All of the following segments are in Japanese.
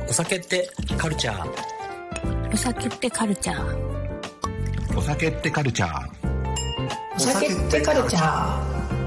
お酒ってカルチャー。 お酒ってカルチャー。 お酒ってカルチャー。 お酒ってカルチャー。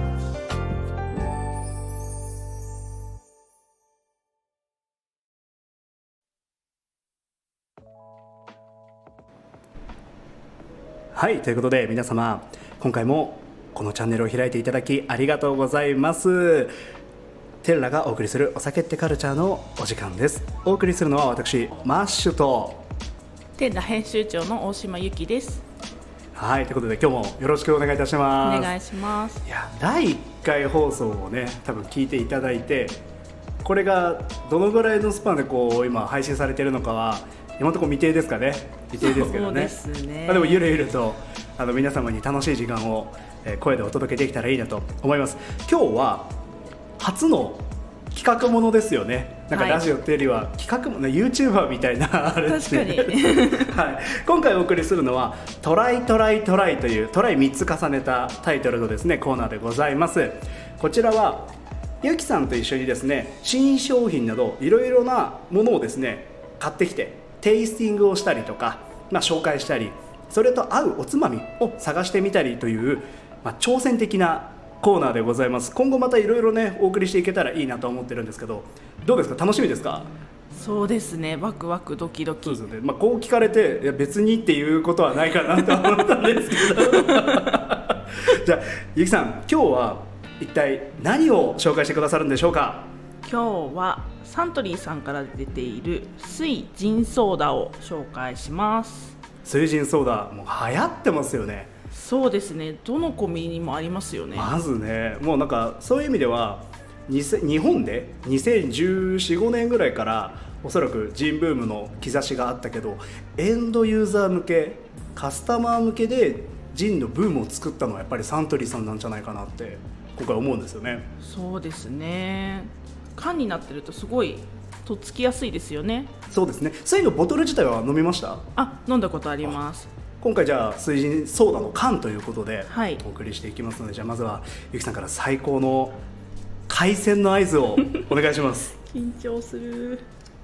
はい、ということで皆様、今回もこのチャンネルを開いていただきありがとうございます。テッラがお送りするお酒ってカルチャーのお時間です。お送りするのは私マッシュとテッラ編集長の大島由紀です。 はい、ということで今日もよろしくお願いいたします。 お願いします。 いや、第1回放送をね、多分聞いていただいて、これがどのぐらいのスパンで今配信されているのかは今のところ未定ですかね。未定ですけどね。 そうですね。 でもゆるゆると皆様に楽しい時間を声でお届けできたらいいなと思います。今日は初の企画ものですよね。なんかラジオっていうよりは企画も、ね、YouTuber みたいなあれですね。 確かに、 はい、今回お送りするのはトライトライトライというトライ3つ重ねたタイトルのですねコーナーでございます。こちらはゆきさんと一緒にですね、新商品などいろいろなものをですね買ってきてテイスティングをしたりとか、紹介したり、それと合うおつまみを探してみたりという、挑戦的なコーナーでございます。今後またいろいろねお送りしていけたらいいなと思ってるんですけど、どうですか、楽しみですか？ そうですね、ワクワクドキドキ。 そうですよね。こう聞かれて、いや別にっていうことはないかなと思ったんですけどじゃあゆきさん、今日は一体何を紹介してくださるんでしょうか？ 今日はサントリーさんから出ている水ジソーダを紹介します。 水ジソーダ、もう流行ってますよね。 そうですね、どのコンビニにもありますよね。 まずね、もうなんかそういう意味では日本で2014、15年ぐらいからおそらくジンブームの兆しがあったけど、エンドユーザー向け、カスタマー向けでジンのブームを作ったのはやっぱりサントリーさんなんじゃないかなって今回思うんですよね。 そうですね、缶になってるとすごいとっつきやすいですよね。 そうですね。水のボトル自体は飲みました？ 飲んだことあります。 今回じゃあ水ジソーダの缶ということではいお送りしていきますので、じゃあまずはゆきさんから最高の開戦の合図をお願いします緊張する。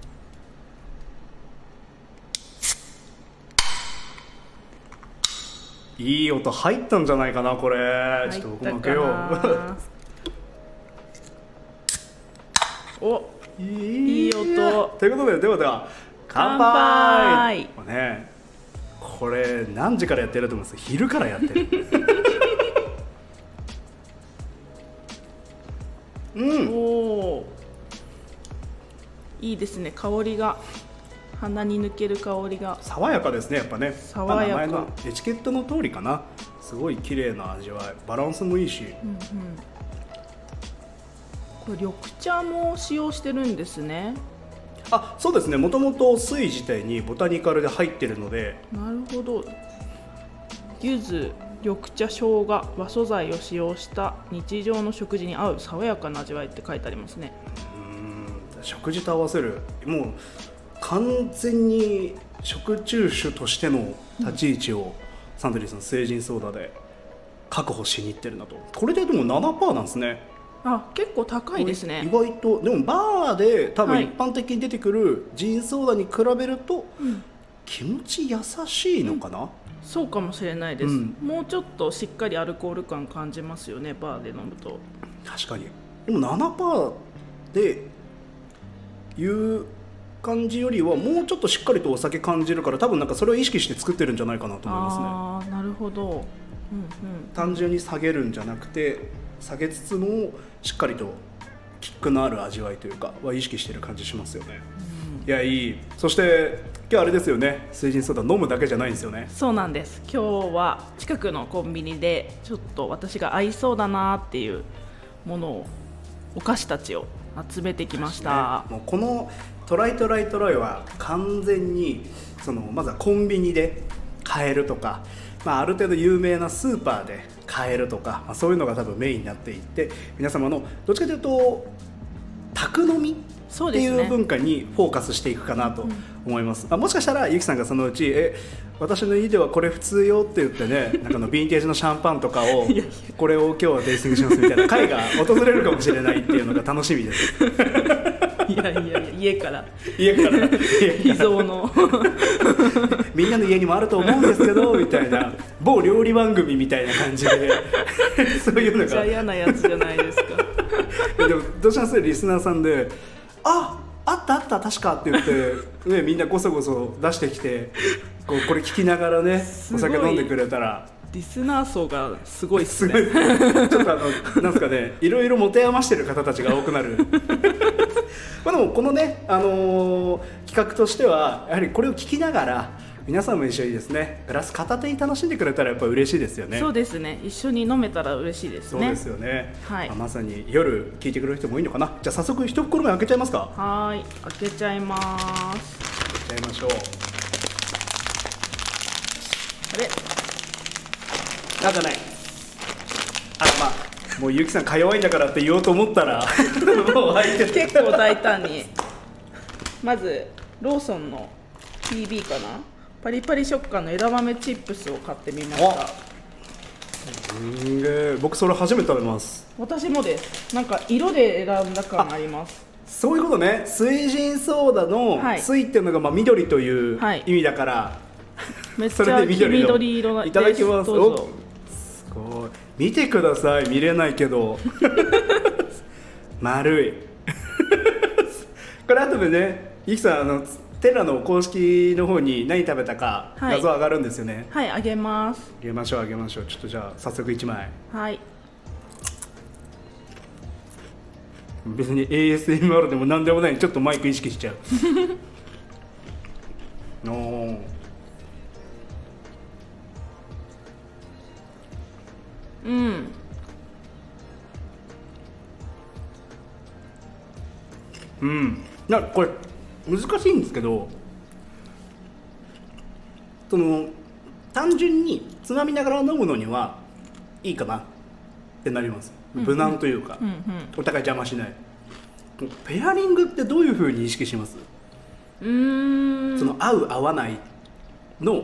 いい音入ったんじゃないかな、これ。ちょっと僕も開けようお、いい音ということで、では乾杯。これ何時からやってると思います？昼からやってるおー、いいですね。香りが鼻に抜ける香りが爽やかですね。やっぱね、 爽やか、 名前のエチケットの通りかな。すごい綺麗な味わい、バランスもいいし、 これ緑茶も使用してるんですね。 そうですね。もともと水自体にボタニカルで入ってるので。 なるほど。柚子、緑茶、生姜、和素材を使用した日常の食事に合う爽やかな味わいって書いてありますね。 食事と合わせる、もう完全に食中酒としての立ち位置をサントリーさん水ジソーダで確保しに行ってるなと。これででも 7% なんですね。 結構高いですね。 意外と。でもバーで多分一般的に出てくるジンソーダに比べると気持ち優しいのかな。 そうかもしれないです、もうちょっとしっかりアルコール感感じますよね、バーで飲むと。 確かに。でも 7% でいう感じよりはもうちょっとしっかりとお酒感じるから、多分なんかそれを意識して作ってるんじゃないかなと思いますね。 なるほど、 単純に下げるんじゃなくて、下げつつもしっかりとキックのある味わいというかは意識してる感じしますよね。いや、いい。そして今日あれですよね、水ジソーダ飲むだけじゃないんですよね。 そうなんです。今日は近くのコンビニでちょっと私が合いそうだなっていうものを、お菓子たちを集めてきました、 もうこのトライトライトライは完全にまずはコンビニで買えるとか、ある程度有名なスーパーで買えるとか、そういうのが多分メインになっていって、皆様のどっちかというと宅飲みっていう文化にフォーカスしていくかなと思います。もしかしたらゆきさんがそのうち私の家ではこれ普通よって言ってね、なんかのヴィンテージのシャンパンとかをこれを今日はテイスティングしますみたいな会が訪れるかもしれないっていうのが楽しみですいや家から秘蔵のみんなの家にもあると思うんですけどみたいな某料理番組みたいな感じでそういうのがめっちゃ嫌なやつじゃないですかでもどうしますリスナーさんであった確かって言って、ね、みんなごそごそ出してきてこれ聞きながらねお酒飲んでくれたらリスナー層がすごいっすねちょっとなんですかねいろいろ持て余してる方たちが多くなるまあでもこのね、企画としてはやはりこれを聞きながら皆さんも一緒にですねグラス片手に楽しんでくれたらやっぱ嬉しいですよね。 そうですね一緒に飲めたら嬉しいですね。 そうですよね、 はい、 まさに夜聞いてくれる人もいいのかな。じゃあ早速一袋目開けちゃいますか。 はい開けちゃいます開けちゃいましょう。 あれなんかないまあもうゆきさんか弱いんだからって言おうと思ったらもう開いて結構大胆にまずローソンの PB かなパリパリ食感の枝豆チップスを買ってみました。 僕それ初めて食べます。 私もです。なんか色で選んだ感あります。 そういうことね。水人ソーダの水っていうのがまあ緑という意味だから、はい、 めっちゃ黄緑色いただきます。 どうぞ。 すごい見てください。見れないけど丸いこれ後でねゆきさんテラの公式の方に何食べたか画像上がるんですよね。 はい、あげます。 あげましょう。ちょっとじゃあ早速1枚。 はい。 別に ASMR でも何でもない、ちょっとマイク意識しちゃうこれ難しいんですけど、単純につまみながら飲むのにはいいかなってなります。無難というか、お互い邪魔しない。ペアリングってどういう風に意識します？その合う合わないの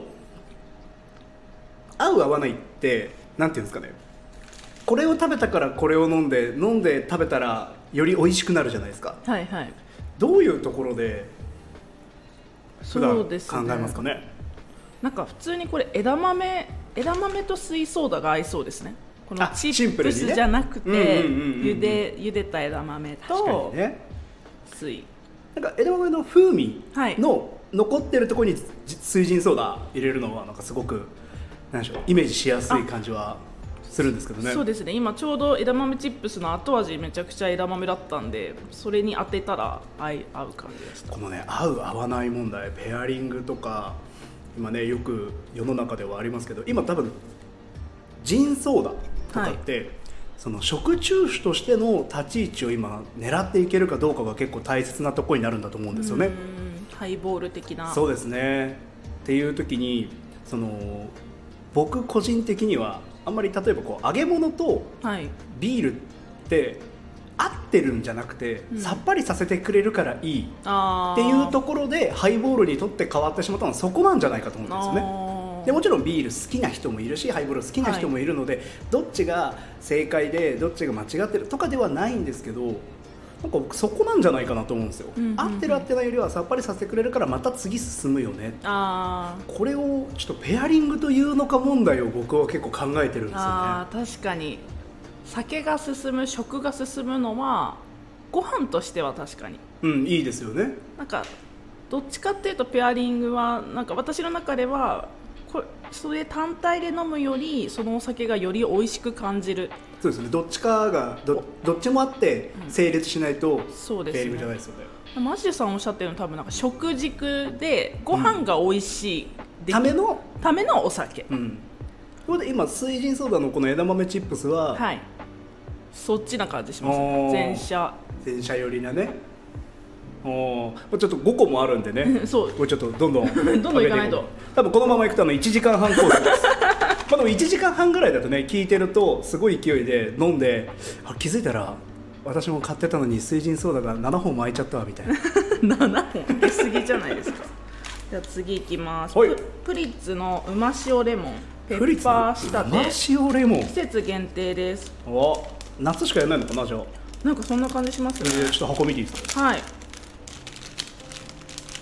合う合わないってなんていうんですかね、これを食べたからこれを飲んで食べたらより美味しくなるじゃないですか。 はいはい。 どういうところで普段考えますかね。 なんか普通にこれ枝豆と水ソーダが合いそうですね。このチップスじゃなくて茹でた枝豆と水、 なんか枝豆の風味の残ってるところに水人ソーダ入れるのはなんかすごく何でしょう、イメージしやすい感じはするんですけどね。 そうですね。今ちょうど枝豆チップスの後味めちゃくちゃ枝豆だったんで、それに当てたら合う感じでした。 このね合う合わない問題、ペアリングとか今ねよく世の中ではありますけど、今多分ジンソーダとかって、はい、その食中酒としての立ち位置を今狙っていけるかどうかが結構大切なところになるんだと思うんですよね。 ハイボール的な。 そうですね。っていう時に僕個人的にはあんまり例えば揚げ物とビールって合ってるんじゃなくて、さっぱりさせてくれるからいいっていうところでハイボールにとって変わってしまったのはそこなんじゃないかと思うんですよね。でもちろんビール好きな人もいるしハイボール好きな人もいるので、どっちが正解でどっちが間違ってるとかではないんですけど、なんか僕そこなんじゃないかなと思うんですよ。合ってる合ってないよりはさっぱりさせてくれるからまた次進むよね。これをちょっとペアリングというのか問題を僕は結構考えてるんですよね。 確かに酒が進む、食が進むのはご飯としては確かにいいですよね。 なんかどっちかっていうとペアリングはなんか私の中ではそれ単体で飲むよりそのお酒がより美味しく感じる。 そうですね。どっちかが どっちもあって成立しないとペアリングじゃないですよね。 マジでさんおっしゃってるの多分なんか食軸でご飯が美味しい、 ためのお酒。 それで今水人ソーダのこの枝豆チップスは、 はい、そっちな感じしますね。前者寄りなね。ちょっと5個もあるんでねそうこれちょっとどんどんいかないと多分このままいくと1時間半コースですでも1時間半ぐらいだとね聞いてるとすごい勢いで飲んで気づいたら私も買ってたのに水人ソーダが7本も開いちゃったわみたいな 7本開けすぎじゃないですかじゃあ次いきます。プリッツのうま塩レモンペッパー仕立て、うま塩レモン季節限定です。 夏しかやらないのかな。じゃあなんかそんな感じしますね。 ちょっと箱見ていいですか。 はい。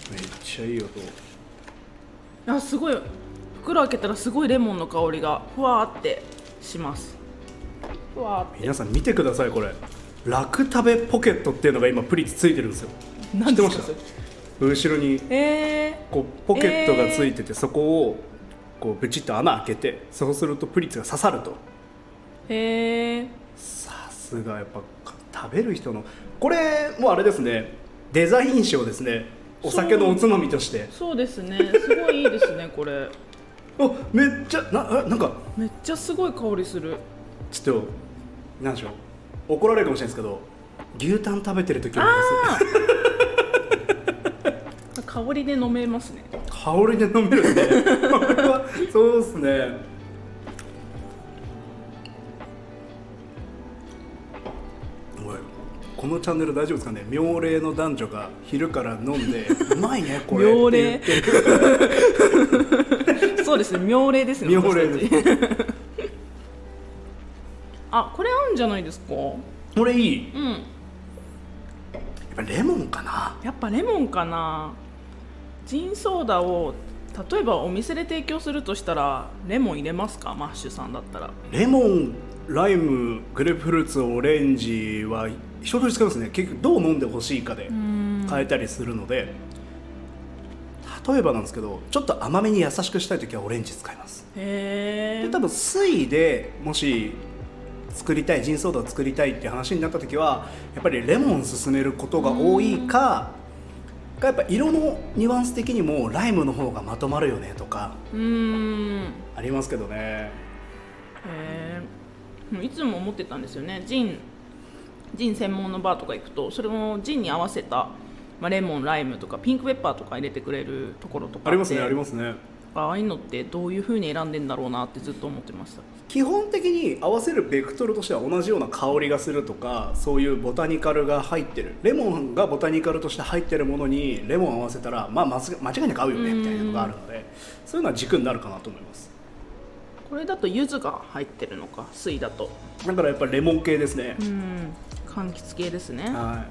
めっちゃいい音。 あ、すごい。袋開けたらすごいレモンの香りがふわーってします。ふわーって。 皆さん見てください、これ楽食べポケットっていうのが今プリッツついてるんですよ。 何ですか？ 知ってました？後ろにこうポケットがついてて、そこをこうブチッと穴開けて、そうするとプリッツが刺さると。 へえ。 さすがやっぱ食べる人の、これもうあれですね、デザイン賞ですね。お酒のおつまみとして。 そうですね、すごいいいですねこれ。 あ、めっちゃなんかめっちゃすごい香りする。 ちょっとなんでしょう、怒られるかもしれないですけど、牛タン食べてる時なんです。香りで飲めますね。 香りで飲めるね。これはそうですね。このチャンネル大丈夫ですかね。妙齢の男女が昼から飲んでうまいねこれ妙齢って言ってる。 そうですね、妙齢ですね。 妙齢です。 あ、これ合うんじゃないですか。 これいい。 うん。 やっぱレモンかな。 やっぱレモンかな。ジンソーダを例えばお店で提供するとしたらレモン入れますか？マッシュさんだったら。 レモン、ライム、グレープフルーツ、オレンジは一通り使いますね。結局どう飲んでほしいかで変えたりするので、例えばなんですけど、ちょっと甘めに優しくしたいときはオレンジ使います。 へえ。 多分水でもし作りたい、ジンソーダを作りたいっていう話になったときはやっぱりレモン進めることが多いか、やっぱ色のニュアンス的にもライムの方がまとまるよねとかありますけどね。 へえ。いつも思ってたんですよね。ジン専門のバーとか行くと、それもジンに合わせた、レモン、ライムとかピンクペッパーとか入れてくれるところとかありますね。ありますね。 ああいうのってどういう風に選んでんだろうなってずっと思ってました。 基本的に合わせるベクトルとしては同じような香りがするとか、そういうボタニカルが入ってる、レモンがボタニカルとして入ってるものにレモンを合わせたら、間違いなく合うよねみたいなのがあるので、そういうのは軸になるかなと思います。 これだと柚子が入ってるのか、水だと。 だからやっぱりレモン系ですね。 柑橘系ですね。 はい。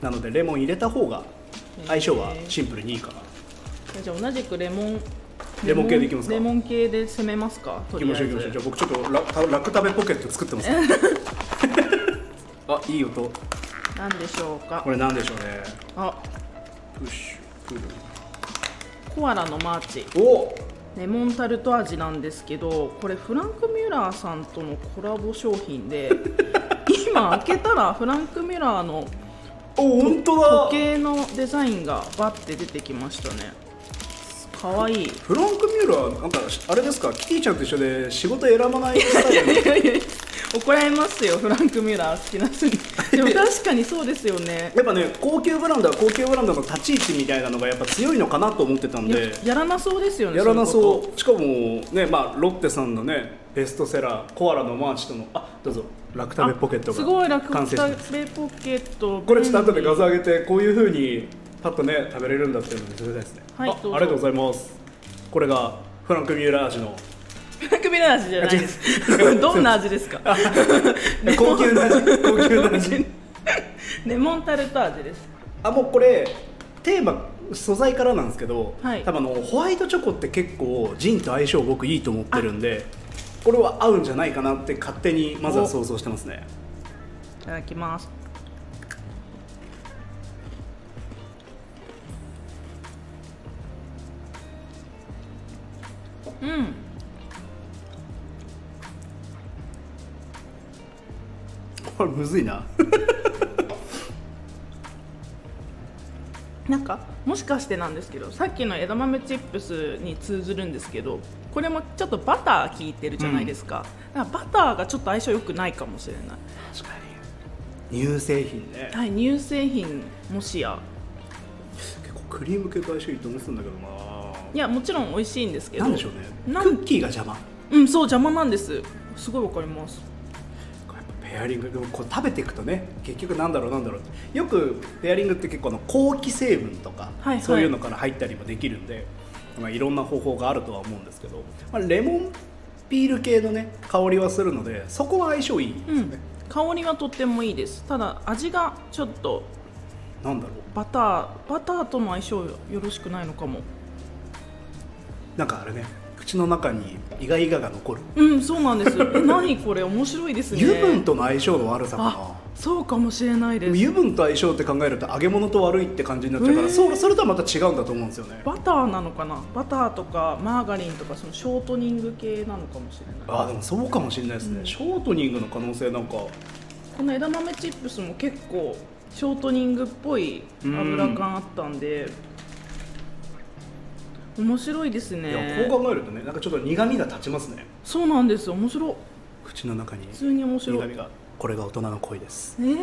なのでレモン入れた方が相性はシンプルにいいかな。 じゃあ同じくレモン系でいきますか。 レモン系で攻めますか。 いきましょう。じゃあ僕ちょっと楽食べポケット作ってます、ね。あ、いい音。 なんでしょうか。 これなんでしょうね。 あ、 プッシュプル。 コアラのマーチ。 お。 レモンタルト味なんですけど、これフランク・ミュラーさんとのコラボ商品で今開けたらフランク・ミュラーの本当だ、 時計のデザインがバッて出てきましたね。かわいい。 フランク・ミュラーなんかあれですか、キティちゃんと一緒で仕事選ばないスタイル。 怒られますよ、フランク・ミュラー好きな人に。でも確かにそうですよね。 やっぱね、高級ブランドは高級ブランドの立ち位置みたいなのがやっぱ強いのかなと思ってたんで。 やらなそうですよね。 やらなそう。しかもね、ロッテさんのねベストセラーコアラのマーチとの、どうぞ楽食べポケットがすごい楽食べポケット。 これちょっと後で画像上げて、こういう風にパッとね食べれるんだっていうので、それですね。 はい、 ありがとうございます。これがフランク・ミュラー味の。 フランク・ミュラー味じゃないです。どんな味ですか。 高級な味。 レモンタルト味です。 もうこれテーマ素材からなんですけど、 はい、 多分ホワイトチョコって結構ジンと相性僕いいと思ってるんで、これは合うんじゃないかなって勝手にまずは想像してますね。 いただきます。 これむずいな。 なんかもしかしてなんですけど、さっきの枝豆チップスに通ずるんですけど、これもちょっとバター効いてるじゃないですか。だからバターがちょっと相性良くないかもしれない。 確かに乳製品ね。 はい、乳製品もしや。 結構クリーム系と相性いいと思ってたんだけどな。 いや、もちろん美味しいんですけど、 なんでしょうね、クッキーが邪魔。 そう邪魔なんです。すごいわかります。 ペアリングでもこう食べていくとね、結局なんだろう、よくペアリングって結構香気成分とか、そういうのから入ったりもできるんで、いろんな方法があるとは思うんですけど、レモンピール系のね香りはするので、そこは相性いいですね。 香りはとってもいいです。ただ味がちょっとなんだろう、 バターとの相性よろしくないのかも。 なんかあれね、口の中にイガイガが残る。 うん、そうなんです。何これ面白いですね。 油分との相性の悪さかな。 そうかもしれないです。 油分と相性って考えると揚げ物と悪いって感じになっちゃうから、それとはまた違うんだと思うんですよね。 バターなのかな、バターとかマーガリンとかそのショートニング系なのかもしれない。 でもそうかもしれないですね、ショートニングの可能性なんか。 この枝豆チップスも結構ショートニングっぽい油感あったんで、面白いですね。 いや、こう考えるとね、なんかちょっと苦味が立ちますね。 そうなんです、面白い。 口の中に普通に面白い苦味が。これが大人の恋です。 急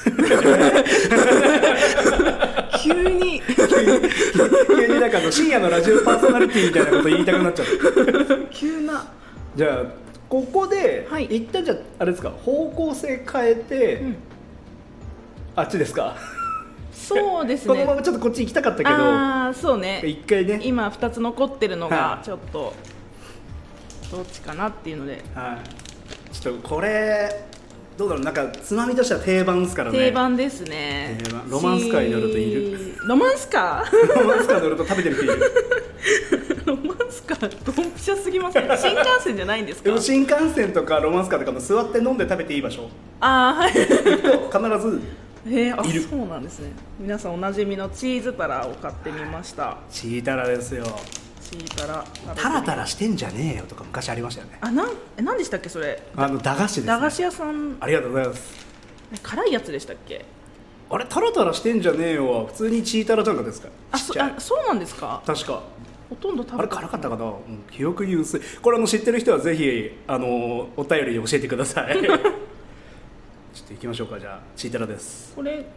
になんか深夜のラジオパーソナリティみたいなこと言いたくなっちゃう急な。 じゃあここで、 はい、 一旦じゃああれですか、方向性変えて、あっちですか。 そうですね。 このままちょっとこっち行きたかったけど、 そうね、 一回ね、 今2つ残ってるのがちょっとどっちかなっていうので、 ちょっとこれどうだろう、なんかつまみとしては定番ですからね。 定番ですね。 ロマンスカーに乗るといる。 ロマンスカーロマンスカー乗ると食べてる人いる。 ロマンスカードンピシャすぎません？新幹線じゃないんですか？ でも新幹線とかロマンスカーとかも座って飲んで食べていい場所、 はい、 必ずいる。 そうなんですね。皆さんおなじみのチーズタラを買ってみました。 チータラですよ。 チータラタラタラしてんじゃねえよとか昔ありましたよね。 何でしたっけそれ。 駄菓子ですね。 駄菓子屋さん。 ありがとうございます。 辛いやつでしたっけ。 あれ、タラタラしてんじゃねえよは普通にチータラじゃんかですか。 そうなんですか。 確かほとんど食べた。 あれ辛かったかな、記憶に薄い。これ知ってる人はぜひお便りで教えてください。ちょっと行きましょうか。じゃあチータラです。 これ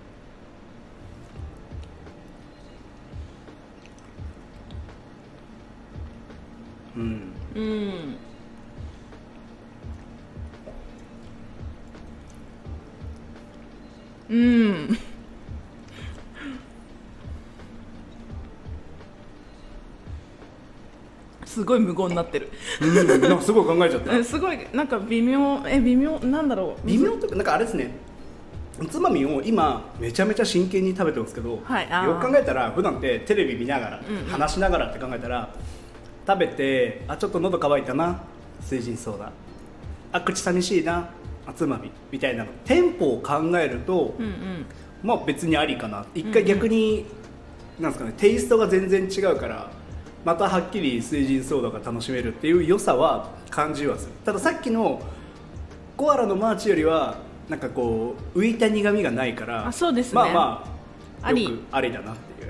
すごい無言になってる。 なんかすごい考えちゃった。 すごいなんか微妙なんだろう。 微妙とかなんかあれですね。おつまみを今めちゃめちゃ真剣に食べてるんですけど、よく考えたら普段ってテレビ見ながら、話しながらって考えたら、食べてちょっと喉乾いたな、水腎ソーダ、口寂しいな、おつまみみたいなのテンポを考えると、まあ別にありかな。一回逆に、なんですかね、テイストが全然違うからまたはっきり水腎ソーダが楽しめるっていう良さは感じはする。たださっきのコアラのマーチよりはなんかこう浮いた苦味がないから、 そうですね、 まあよくありだなって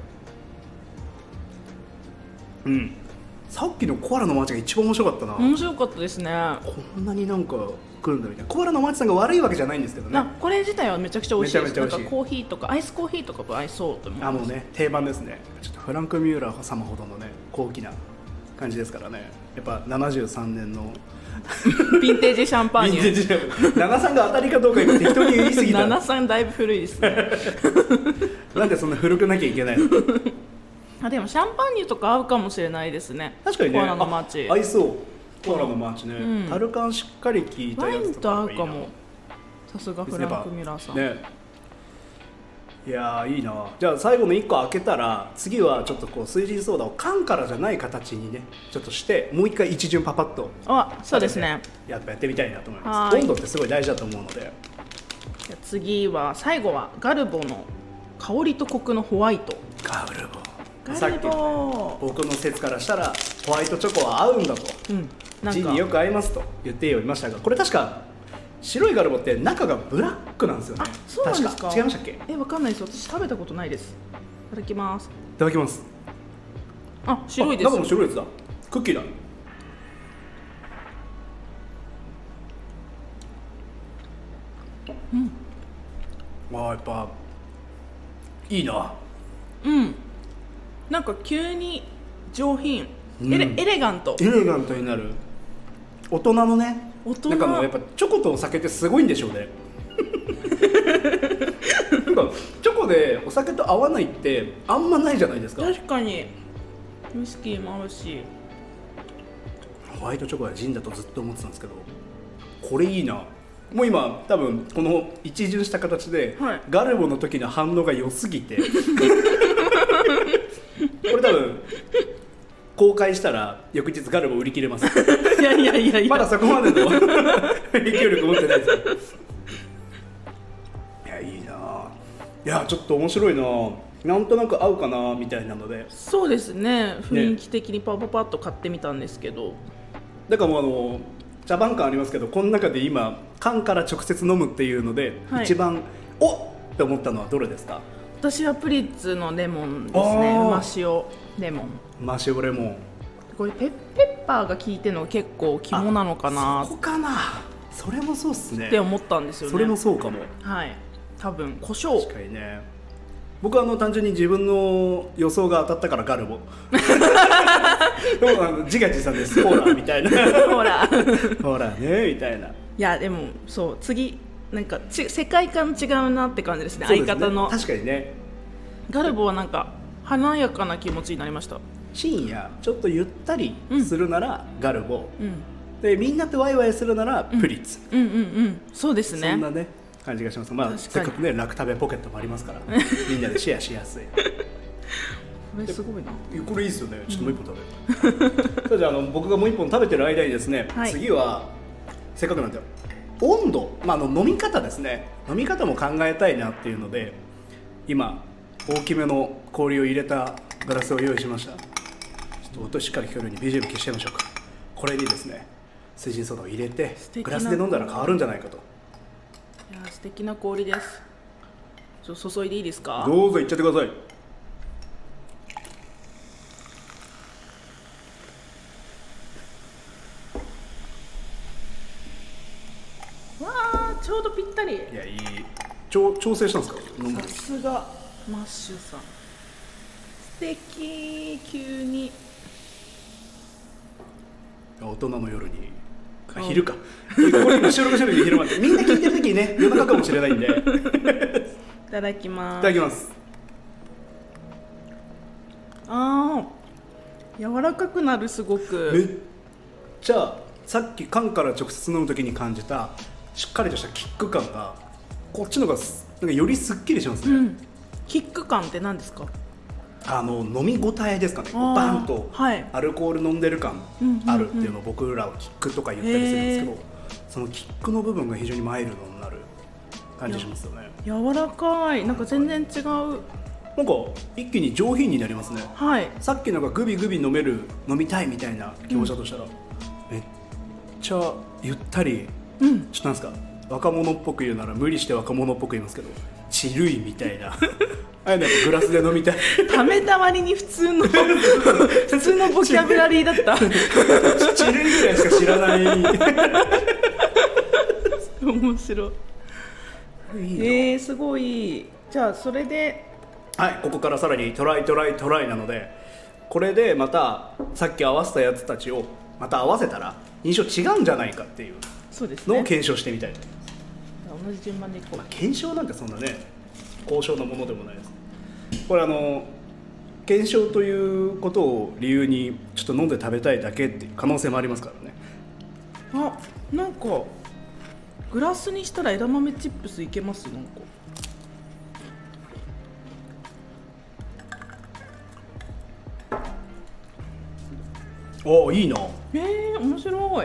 いう。さっきのコアラのマーチが一番面白かったな。 面白かったですね。 こんなになんか来るんだみたいな。コアラのマーチさんが悪いわけじゃないんですけどね。 これ自体はめちゃくちゃ美味しいです。 めちゃめちゃ美味しい。 なんかコーヒーとかアイスコーヒーとかと合いそうと思います。 もうね、定番ですね。ちょっとフランク・ミューラー様ほどのね高貴な感じですからね。やっぱ73年のヴィンテージシャンパーニュ。 長さんが当たりかどうか適当に言い過ぎた。 長さんだいぶ古いですね。 なんでそんな古くなきゃいけないの。 でもシャンパーニュとか合うかもしれないですね。 確かにね。 コアラのマーチ合いそう。コアラのマーチね。タルカンしっかり効いたやつとかワインと合うかも。さすがフランク・ミュラーさん。 ね。いやいいな。じゃあ最後の1個開けたら次はちょっとこう水腎ソーダを缶からじゃない形にねちょっとしてもう一回一巡パパッとそうですね、 やってみたいなと思います。温度ってすごい大事だと思うので。 次は最後はガルボの香りとコクのホワイト。 ガルボさっきの、僕の説からしたらホワイトチョコは合うんだと、ジンによく合いますと言っておりましたが、これ確か白いガルボって中がブラックなんですよね。 そうなんですか。 違いましたっけ。 わかんないです。私食べたことないです。いただきます。 いただきます。 白いです。 中も白いやつだ。クッキーだ。やっぱいいな。 なんか急に上品、エレガントになる。大人のね、なんかもうやっぱチョコとお酒ってすごいんでしょうね。なんかチョコでお酒と合わないってあんまないじゃないですか。 確かにウイスキーも合うし。 ホワイトチョコはジンだとずっと思ってたんですけど、これいいな。 もう今多分この一巡した形で、 はい、 ガルボの時の反応が良すぎてこれ多分公開したら翌日ガルボ売り切れます。 いやいやいやいや、 まだそこまでの影響力持ってないですけど。いや、いいな。いや、ちょっと面白いな。なんとなく合うかなみたいなので。 そうですね、雰囲気的にパッパッと買ってみたんですけど、 だからもう茶番感ありますけど、この中で今缶から直接飲むっていうので、はい、一番おっって思ったのはどれですか？ 私はプリッツのレモンですね。うま塩レモン。 うま塩レモン。 これペッパーが効いてるのが結構肝なのかな。 そこかな。それもそうっすね。 って思ったんですよね。 それもそうかも。 はい。多分胡椒。 確かにね。僕は単純に自分の予想が当たったからガルボ。でも自画自賛です。ほらみたいな。 ほら。 ほらねみたいな。いやでもそう次なんか世界観違うなって感じですね。相方の。 確かにね。 ガルボはなんか華やかな気持ちになりました。 深夜ちょっとゆったりするならガルボ、 うん、 でみんなとワイワイするならプリッツ、 そうですね。 そんなね感じがします。まあせっかくね楽食べポケットもありますからみんなでシェアしやすい。これすごいな。 これいいですよね。ちょっともう一本食べる。じゃあ僕がもう一本食べてる間にですね、はい、次はせっかくなんで温度、飲み方ですね。飲み方も考えたいなっていうので今大きめの氷を入れたガラスを用意しました。ちょっと音しっかり聞こえるように BGM 消しちゃいましょうか。これにですね水晶ソーダを入れてグラスで飲んだら変わるんじゃないかと。 いや素敵な氷です。注いでいいですか？ どうぞいっちゃってください。 わーちょうどぴったり。いやいい調整したんですか？ さすがマッシュさん。素敵。急に大人の夜に昼かこれ今収録してる時昼までみんな聞いてる時にね夜中かもしれないんでいただきます。 いただきます。 柔らかくなる。すごくめっちゃさっき缶から直接飲む時に感じたしっかりとしたキック感がこっちの方がなんかよりすっきりしますね、 キック感って何ですか？ 飲み応えですかね。バンとアルコール飲んでる感あるっていうのを僕らはキックとか言ったりするんですけど、そのキックの部分が非常にマイルドになる感じしますよね。 柔らかい。なんか全然違う。なんか一気に上品になりますね、 はい、 さっきのがグビグビ飲みたいみたいな描写としたら、めっちゃゆったり、ちょっとなんですか若者っぽく言うなら無理して若者っぽく言いますけどチルいみたいなああいうのグラスで飲みたいためた割に普通のボキャブラリーだったチルいぐらいしか知らない面白い。いいすごい。じゃあそれではい、ここからさらにトライなので、これでまたさっき合わせたやつたちをまた合わせたら印象違うんじゃないかっていうのを検証してみたいと思います。 同じ順番でいこう。 検証なんてそんなね高尚なものでもないです。これ検証ということを理由にちょっと飲んで食べたいだけっていう可能性もありますからね。 なんかグラスにしたら枝豆チップスいけます。なんかいいな。 面白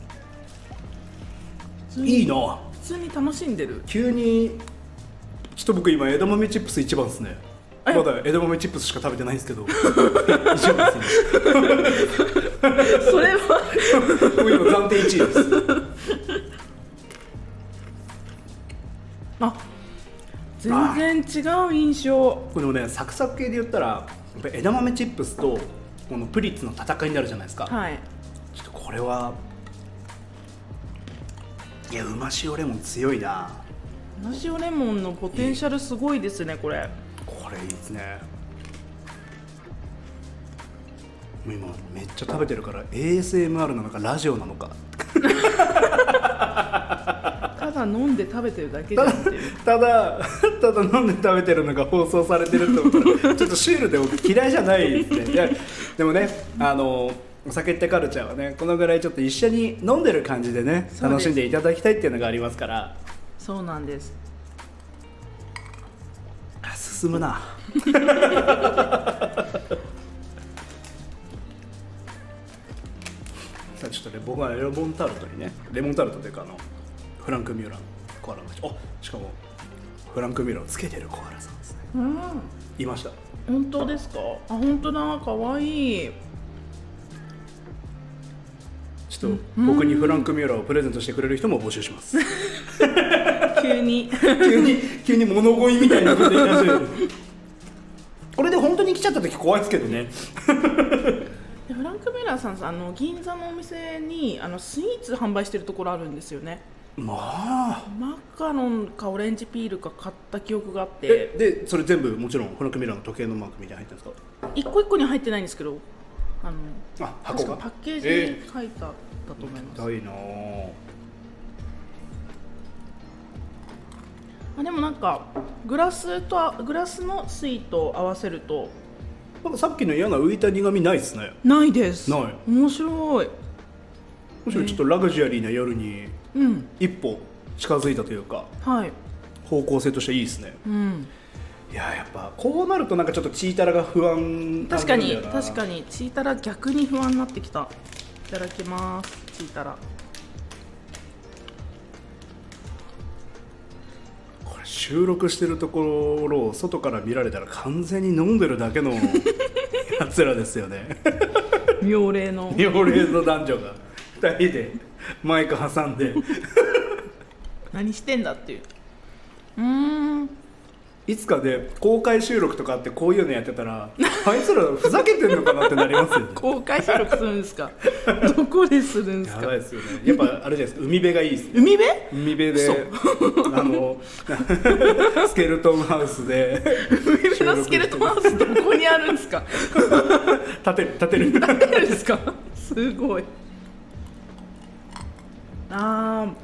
い。 いいな。 普通に楽しんでる。 急にちょっと僕今枝豆チップス一番ですね。まだ枝豆チップスしか食べてないんですけど一番ですねそれは僕今暫定1位です全然違う印象。 これもねサクサク系で言ったらやっぱ枝豆チップスとこのプリッツの戦いになるじゃないですか、 はい、 ちょっとこれはいやうま塩レモン強いな。 うま塩レモンのポテンシャルすごいですね。これいいですね。もう今めっちゃ食べてるから ASMR なのかラジオなのかただ飲んで食べてるだけじゃんっていうただ飲んで食べてるのが放送されてると思ったらちょっとシュールで僕嫌いじゃないですね。でもねお酒ってカルチャーはねこのぐらいちょっと一緒に飲んでる感じでね楽しんでいただきたいっていうのがありますから。 そうなんです。 進むなさあちょっとね僕はレモンタルトにねレモンタルトというかフランクミュラーコアラがしかもフランクミュラーをつけてるコアラさんですね。いました。 本当ですか？あ、本当だ、可愛い。 ちょっと僕にフランクミュラーをプレゼントしてくれる人も募集します急に物乞いみたいなこと言い始めるこれで本当に来ちゃった時怖いですけどねフランクミュラーさん、銀座のお店にスイーツ販売してるところあるんですよね。マカロンかオレンジピールか買った記憶があって。 でそれ全部もちろんフランクミュラーの時計のマークみたいに入ってるんですか？ 一個一個に入ってないんですけど、 箱がパッケージに書いてあったと思います。 痛いなでもなんかグラスの水と合わせるとなんかさっきの嫌な浮いた苦味ないですね。 ないです。 ない。 面白い。 むしろちょっとラグジュアリーな夜に一歩近づいたというか、方向性としていいですね。いややっぱこうなるとなんかちょっとチータラが不安。 確かにチータラ逆に不安になってきた。いただきます。チータラ。 これ収録してるところを外から見られたら完全に飲んでるだけのやつらですよね妙齢の男女が2人でマイク挟んで何してんだっていう。 いつかで公開収録とかってこういうのやってたらあいつらふざけてんのかなってなりますよね公開収録するんですか？どこでするんですか？ やばいですよね。やっぱあれじゃないですか、海辺がいいです、ね、 海辺でスケルトンハウスで海辺のスケルトンハウスどこにあるんですか？ 建てるんですか？すごい。なん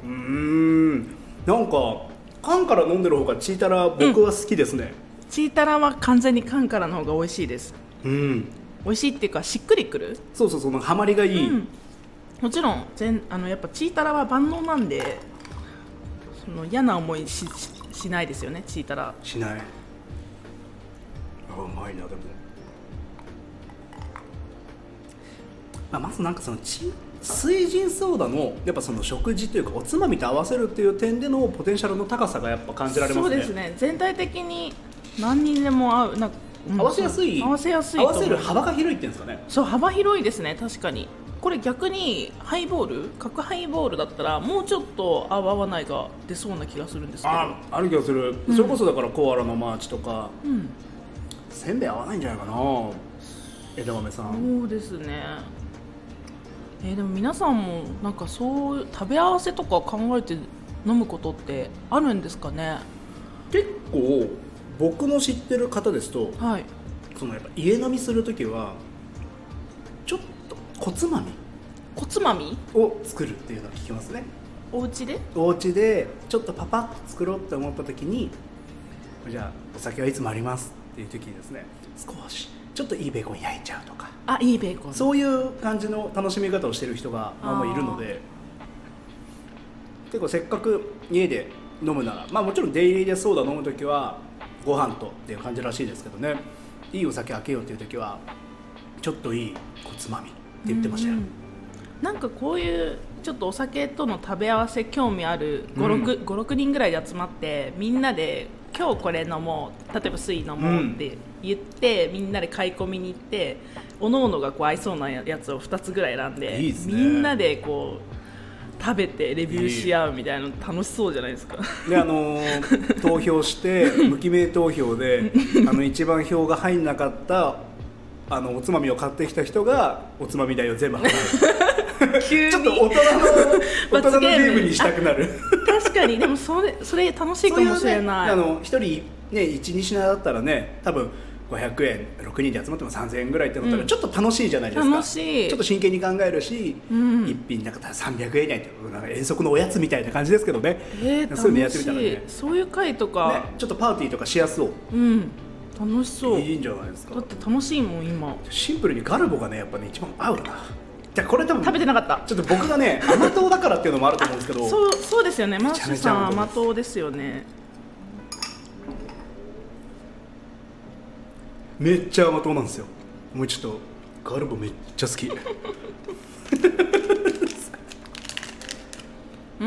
か缶から飲んでる方がチータラ僕は好きですね。 チータラは完全に缶からの方が美味しいです。美味しいっていうかしっくりくる。 そうそのハマりがいい。 もちろんやっぱチータラは万能なんでその嫌な思い しないですよね。チータラしない。うまいな。でもまずなんかその水ジンソーダのやっぱその食事というかおつまみと合わせるっていう点でのポテンシャルの高さがやっぱ感じられますね。 そうですね。全体的に何にでも合う合わせやすい。合わせる幅が広いっていうんですかね。 そう、幅広いですね。確かにこれ逆にハイボール角ハイボールだったらもうちょっと合わないが出そうな気がするんですけど。 ある気がする。それこそだからコアラのマーチとか、せんべい合わないんじゃないかな、枝豆さん。 そうですね。でも皆さんもなんかそう食べ合わせとか考えて飲むことってあるんですかね？ 結構僕の知ってる方ですと、そのやっぱ家飲みするときはちょっと小つまみを作るっていうのを聞きますね。お家でちょっとパパッと作ろうって思ったときに、じゃあお酒はいつもありますっていうときにですね、少しちょっといいベーコン焼いちゃうとか、 いいベーコン、 そういう感じの楽しみ方をしている人がいるので、結構せっかく家で飲むなら、もちろんデイリーでソーダ飲むときはご飯とっていう感じらしいですけどね、いいお酒開けようっていうときはちょっといい小つまみって言ってましたよ。 なんかこういうちょっとお酒との食べ合わせ興味ある 5,6 人ぐらいで集まってみんなで今日これ飲もう、例えば水飲もうって言って、みんなで買い込みに行っておのおのがこう合いそうなやつを2つぐらい選んで、 いいですね、 みんなでこう食べてレビューし合うみたいなの楽しそうじゃないですか。 で投票して無記名投票で一番票が入んなかったおつまみを買ってきた人がおつまみ代を全部払う急にちょっと大人のゲームにしたくなる確かに。でもそれ楽しいかもしれない。 1人ね 1,2 品だったらね、多分500円6人で集まっても3000円ぐらいってなったらちょっと楽しいじゃないですか。 楽しい。ちょっと真剣に考えるし、一品なんか300円以内ってなんか遠足のおやつみたいな感じですけどね、そういうのやってみたらね、 そういう会とか、 ちょっとパーティーとかしやすそう。 楽しそう。 いいんじゃないですか。 だって楽しいもん今。 シンプルにガルボがねやっぱね一番合うな。 じゃあこれ多分食べてなかった。 ちょっと僕がね甘党だからっていうのもあると思うんですけど、 そうですよね。マッシュさん甘党ですよね。 めっちゃ甘党なんですよ。もうちょっとガルボめっちゃ好き。 うん。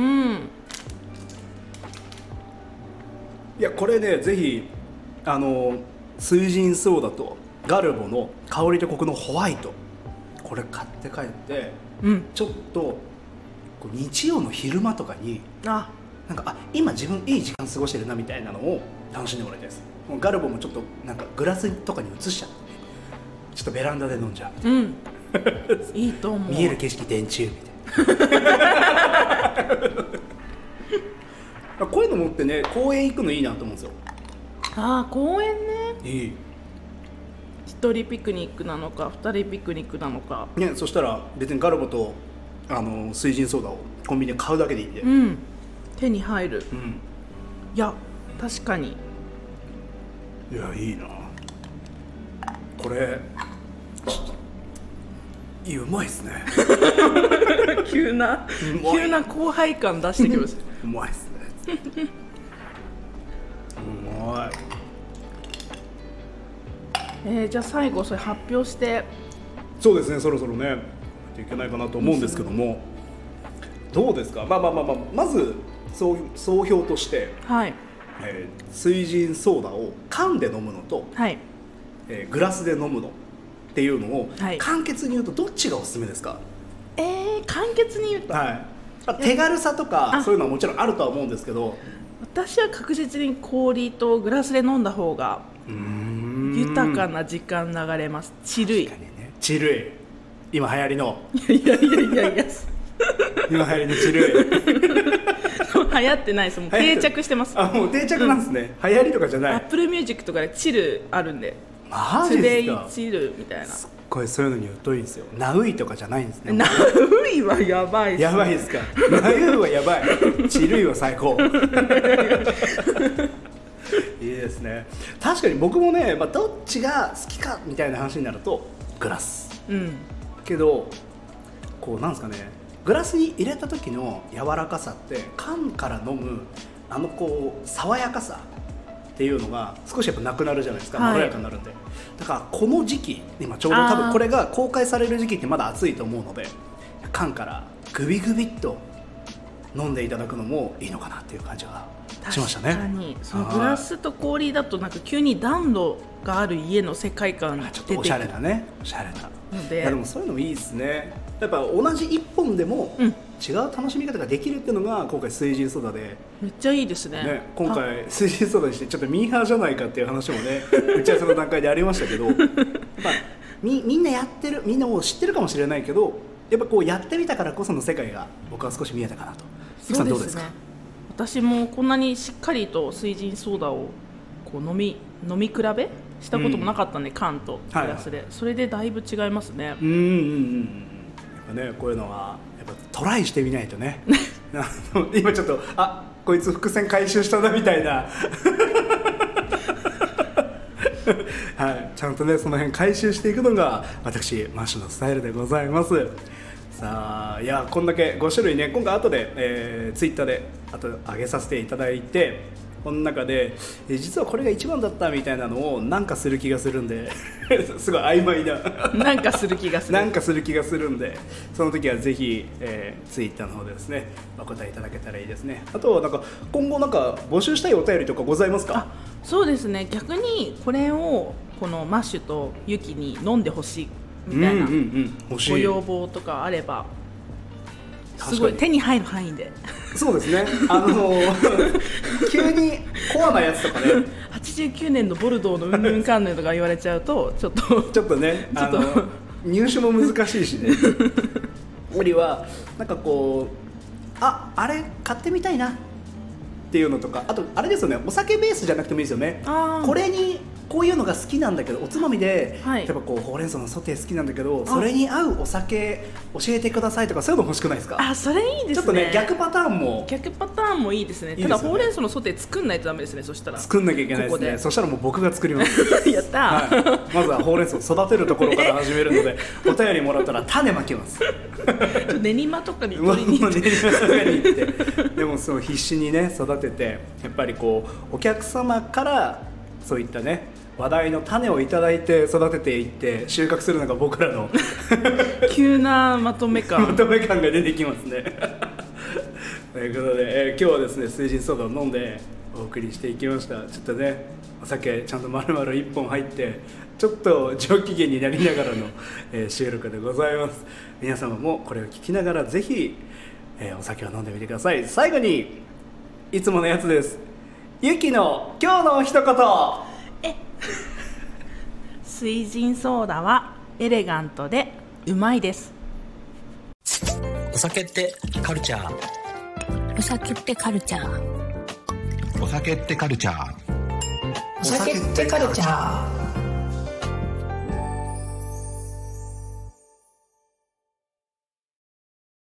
いやこれねぜひ水神ソーダとガルボの香りとコクのホワイト、これ買って帰って、ちょっとこう日曜の昼間とかになんか今自分いい時間過ごしてるなみたいなのを楽しんでもらいたいです。もうガルボもちょっとなんかグラスとかに移しちゃって、ちょっとベランダで飲んじゃう。 いいと思う。 見える景色電柱みたいな。こういうの持ってね公園行くのいいなと思うんですよ。 公園ね。 いい。 一人ピクニックなのか二人ピクニックなのかね、そしたら別にガルボと水神ソーダをコンビニで買うだけでいいんで、 手に入る。いや確かに。 いやいいなこれ。うまいっすね。 急な後輩感出してきました。 うまいっすね。うまい。 じゃあ最後それ発表して。 そうですね、そろそろねいけないかなと思うんですけども、どうですか。まず総評として、水神ソーダを缶で飲むのと、グラスで飲むのっていうのを、簡潔に言うとどっちがおすすめですか。 簡潔に言うと、 手軽さとかそういうのはもちろんあるとは思うんですけど、 私は確実に氷とグラスで飲んだ方が豊かな時間流れます。チルい。 チルい。今流行りの。 いや今流行りのチルい。 流行ってないです。もう定着してます。 もう定着なんですね。流行りとかじゃない。 Apple Music とかでチルあるんで。 マジですか。 チルみたいな。 すっごいそういうのに疎いんですよ。ナウイとかじゃないんですね。 ナウイはやばいっす。 やばいですか。ナウイはやばい。チルイは最高。いいですね。確かに僕もね、どっちが好きかみたいな話になるとグラス。けどこうなんですかね、グラスに入れた時の柔らかさって缶から飲むこう爽やかさっていうのが少しやっぱなくなるじゃないですか。まろやかになるんで、だからこの時期今ちょうど多分これが公開される時期ってまだ暑いと思うので、缶からグビグビっと飲んでいただくのもいいのかなっていう感じがしましたね。 確かにそのグラスと氷だとなんか急に暖炉がある家の世界観がちょっとおしゃれなね、おしゃれなので、 でもそういうのもいいですね。やっぱ同じ1本でも違う楽しみ方ができるっていうのが今回水神ソーダでめっちゃいいですね。 今回水神ソーダにしてちょっとミーハーじゃないかっていう話もね打ち合わせの段階でありましたけど、みんなやってる、みんなもう知ってるかもしれないけど、やっぱこうやってみたからこその世界が僕は少し見えたかなと。 そうですね。私もこんなにしっかりと水神ソーダをこう飲み比べしたこともなかったんで、缶とグラスで、それでだいぶ違いますね。やっぱね、こういうのはやっぱトライしてみないとね。今ちょっとこいつ伏線回収したなみたいな。ちゃんとねその辺回収していくのが私マッシュのスタイルでございます。さあ、いやこんだけ5種類ね今回後で、ツイッターで上げさせていただいて、この中で、実はこれが一番だったみたいなのをなんかする気がするんですごい曖昧ななんかする気がするなんかする気がするんで、その時はぜひ、ツイッターの方でですねお答えいただけたらいいですね。あとはなんか今後なんか募集したいお便りとかございますか。 そうですね、逆にこれをこのマッシュとユキに飲んでほしいみたいなご要望とかあれば、すごい手に入る範囲で。 そうですね、急にコアなやつとかね 89年のボルドーのうんぬんかんぬんとか言われちゃうとちょっとね入手も難しいしね。よりはなんかこうあれ買ってみたいなっていうのとか、あとあれですよね、お酒ベースじゃなくてもいいですよね。これにこういうのが好きなんだけどおつまみで、 はい例えばこうほうれん草のソテー好きなんだけどそれに合うお酒教えてくださいとかそういうの欲しくないですか？ あ、それいいですね。 ちょっとね逆パターンも逆パターンもいいですね。 いいですよねただほうれん草のソテー作んないとダメですね。そしたら作んなきゃいけないですね。 ここでそしたらもう僕が作りますやったー、 はい、まずはほうれん草を育てるところから始めるのでお便りもらったら種まきます練馬とかにもう取りに行って練馬とかに行ってでもそう必死にね育ててやっぱりこうお客様からそういったね話題の種をいただいて育てていって収穫するのが僕らの急なまとめま感。 とめ感が出てきますねということで、今日はですね水神ソーダを飲んでお送りしていきました。ちょっとねお酒ちゃんと丸々1本入ってちょっと上機嫌になりながらの、収録でございます。皆様もこれを聞きながらぜひ、お酒を飲んでみてください。最後にいつものやつです。ゆきの今日の一言。 水神ソーダはエレガントでうまいです。 お酒ってカルチャー。 お酒ってカルチャー。 お酒ってカルチャー。 お酒ってカルチャー。